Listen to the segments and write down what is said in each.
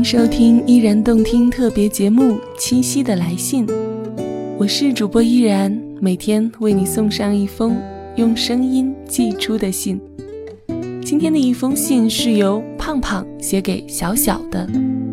迎收听依然动听特别节目《七夕的来信》，我是主播依然，每天为你送上一封用声音寄出的信。今天的一封信是由胖胖写给小小的。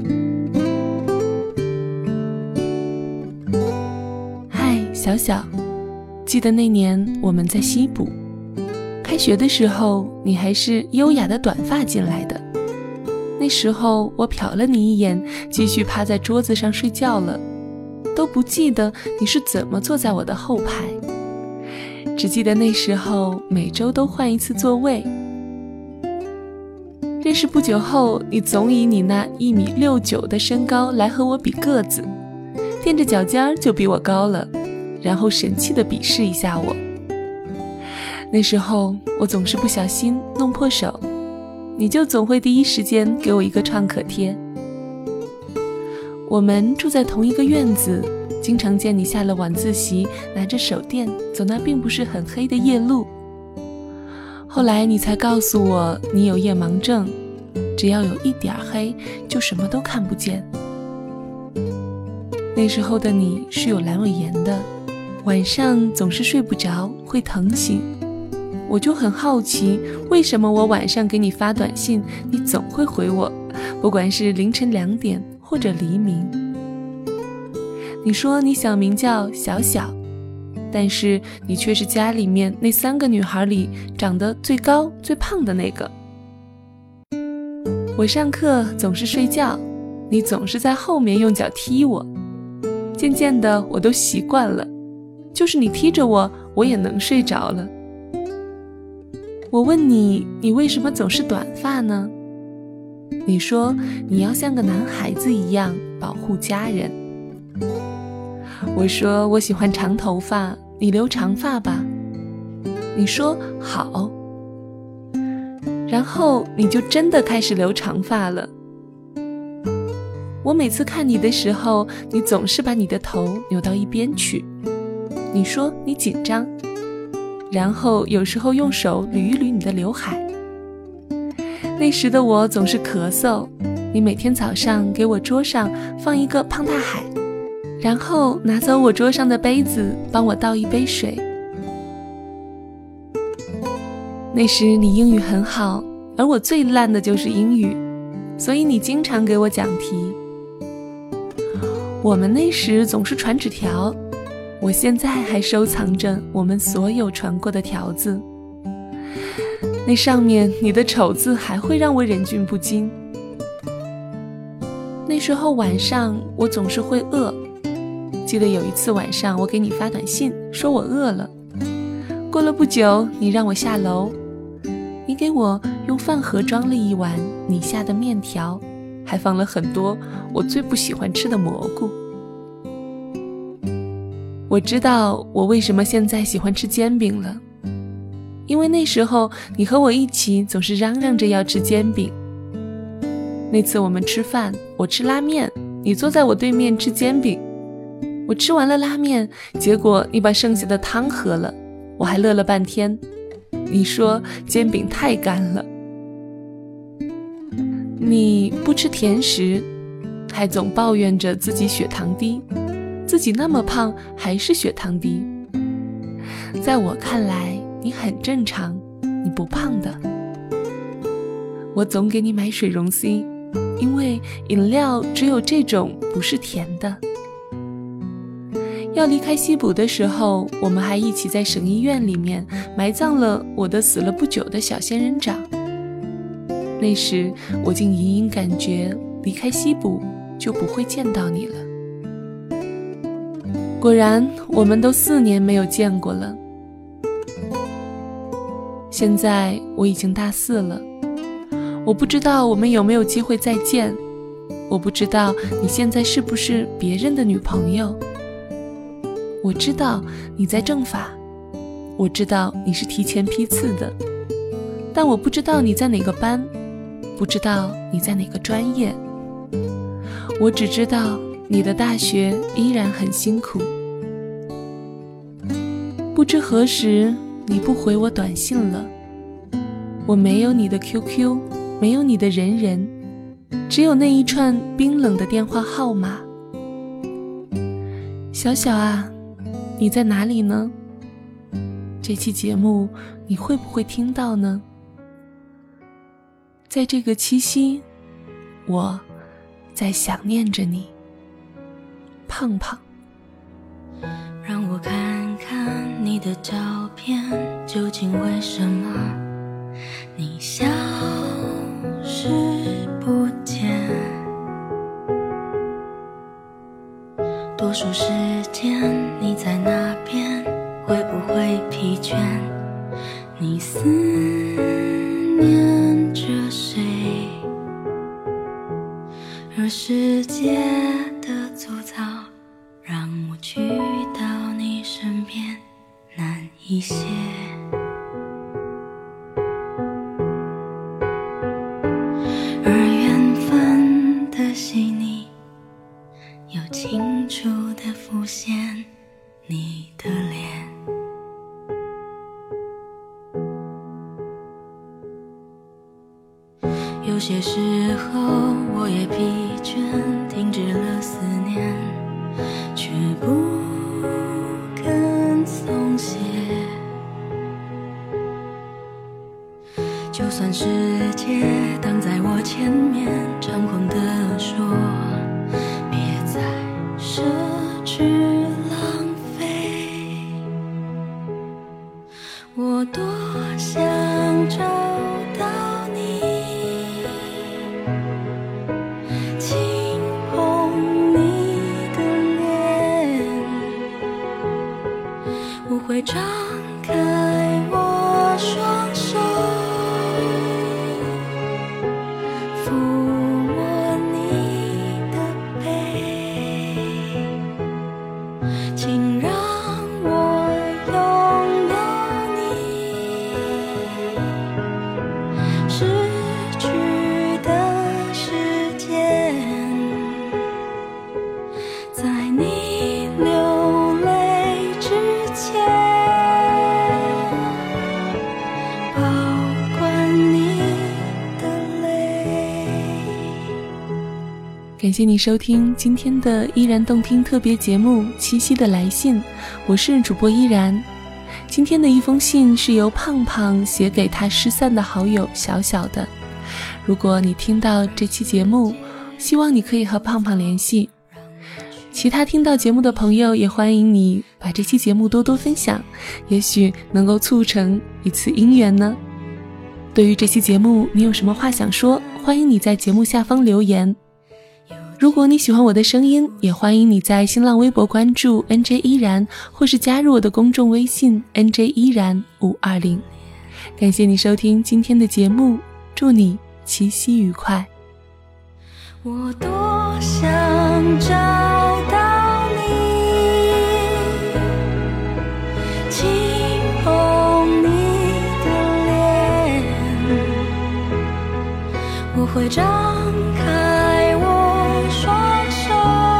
嗨，小小，记得那年我们在西部，开学的时候你还是优雅的短发进来的。那时候我瞟了你一眼，继续趴在桌子上睡觉了，都不记得你是怎么坐在我的后排，只记得那时候每周都换一次座位。认识不久后，你总以你那1.69米的身高来和我比个子，踮着脚尖就比我高了，然后神气地鄙视一下我。那时候我总是不小心弄破手，你就总会第一时间给我一个创可贴。我们住在同一个院子，经常见你下了晚自习拿着手电走那并不是很黑的夜路。后来你才告诉我你有夜盲症，只要有一点黑就什么都看不见。那时候的你是有阑尾炎的，晚上总是睡不着，会疼醒。我就很好奇，为什么我晚上给你发短信，你总会回我，不管是凌晨2点或者黎明。你说你小名叫小小，但是你却是家里面那3个女孩里长得最高最胖的那个。我上课总是睡觉，你总是在后面用脚踢我，渐渐的我都习惯了，就是你踢着我，我也能睡着了。我问你，你为什么总是短发呢？你说你要像个男孩子一样保护家人。我说我喜欢长头发，你留长发吧。你说好。然后你就真的开始留长发了。我每次看你的时候，你总是把你的头扭到一边去。你说你紧张，然后有时候用手捋一捋你的刘海。那时的我总是咳嗽，你每天早上给我桌上放一个胖大海，然后拿走我桌上的杯子帮我倒一杯水。那时你英语很好，而我最烂的就是英语，所以你经常给我讲题。我们那时总是传纸条，我现在还收藏着我们所有传过的条子，那上面你的丑字还会让我忍俊不禁。那时候晚上我总是会饿，记得有一次晚上我给你发短信说我饿了，过了不久你让我下楼，你给我用饭盒装了一碗你下的面条，还放了很多我最不喜欢吃的蘑菇。我知道我为什么现在喜欢吃煎饼了，因为那时候你和我一起总是嚷嚷着要吃煎饼。那次我们吃饭，我吃拉面，你坐在我对面吃煎饼。我吃完了拉面，结果你把剩下的汤喝了，我还乐了半天。你说煎饼太干了。你不吃甜食，还总抱怨着自己血糖低，自己那么胖还是血糖低。在我看来你很正常，你不胖的。我总给你买水溶 C， 因为饮料只有这种不是甜的。要离开西部的时候，我们还一起在省医院里面埋葬了我的死了不久的小仙人掌。那时我竟隐隐感觉离开西部就不会见到你了。果然我们都4年没有见过了。现在我已经大4了，我不知道我们有没有机会再见，我不知道你现在是不是别人的女朋友。我知道你在政法，我知道你是提前批次的，但我不知道你在哪个班，不知道你在哪个专业。我只知道你的大学依然很辛苦。不知何时你不回我短信了，我没有你的 QQ， 没有你的人人， 只有那一串冰冷的电话号码。小小啊，你在哪里呢？这期节目你会不会听到呢？在这个七夕，我在想念着你，胖胖。 让我看看你的照片，究竟为什么你消失不见？多数时间你在那边，会不会疲倦？你思念着谁？而世界的粗糙让我去到你身边难一些。而缘分的细腻又清楚地浮现你的脸。有些时候我也疲倦，停止了思念，却不肯松懈。就算世界挡在我前面，猖狂地说别再奢侈浪费，我多想找到你，轻碰你的脸，我会张开我双手，抚摸你的背，请让我拥有你，失去的时间，在你流泪之前，保管你的泪。 感谢你收听今天的依然动听特别节目《七夕的来信》，我是主播依然。今天的一封信是由胖胖写给他失散的好友小小的。如果你听到这期节目，希望你可以和胖胖联系。其他听到节目的朋友也欢迎你把这期节目多多分享，也许能够促成一次姻缘呢。对于这期节目你有什么话想说，欢迎你在节目下方留言。如果你喜欢我的声音，也欢迎你在新浪微博关注 NJ 依然，或是加入我的公众微信 NJ 依然520。感谢你收听今天的节目，祝你七夕愉快。 我多想找到你，轻碰你的脸，我会张开我双手，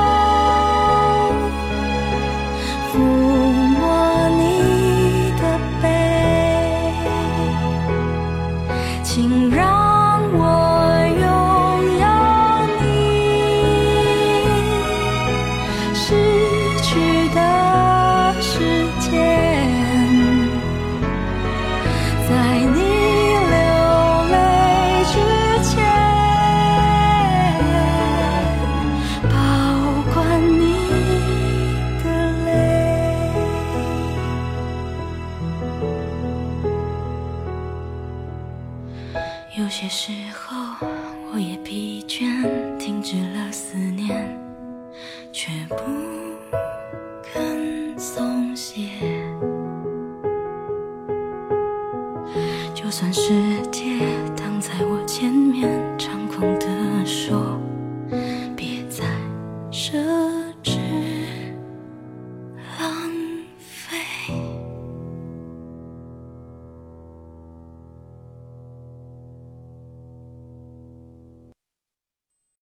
抚摸你的背，请让我拥有你，失去的时间，在你流泪之前，保管你的泪。有些时候我也疲倦，停止了思念，却不肯松懈。就算世界挡在我前面，猖狂地说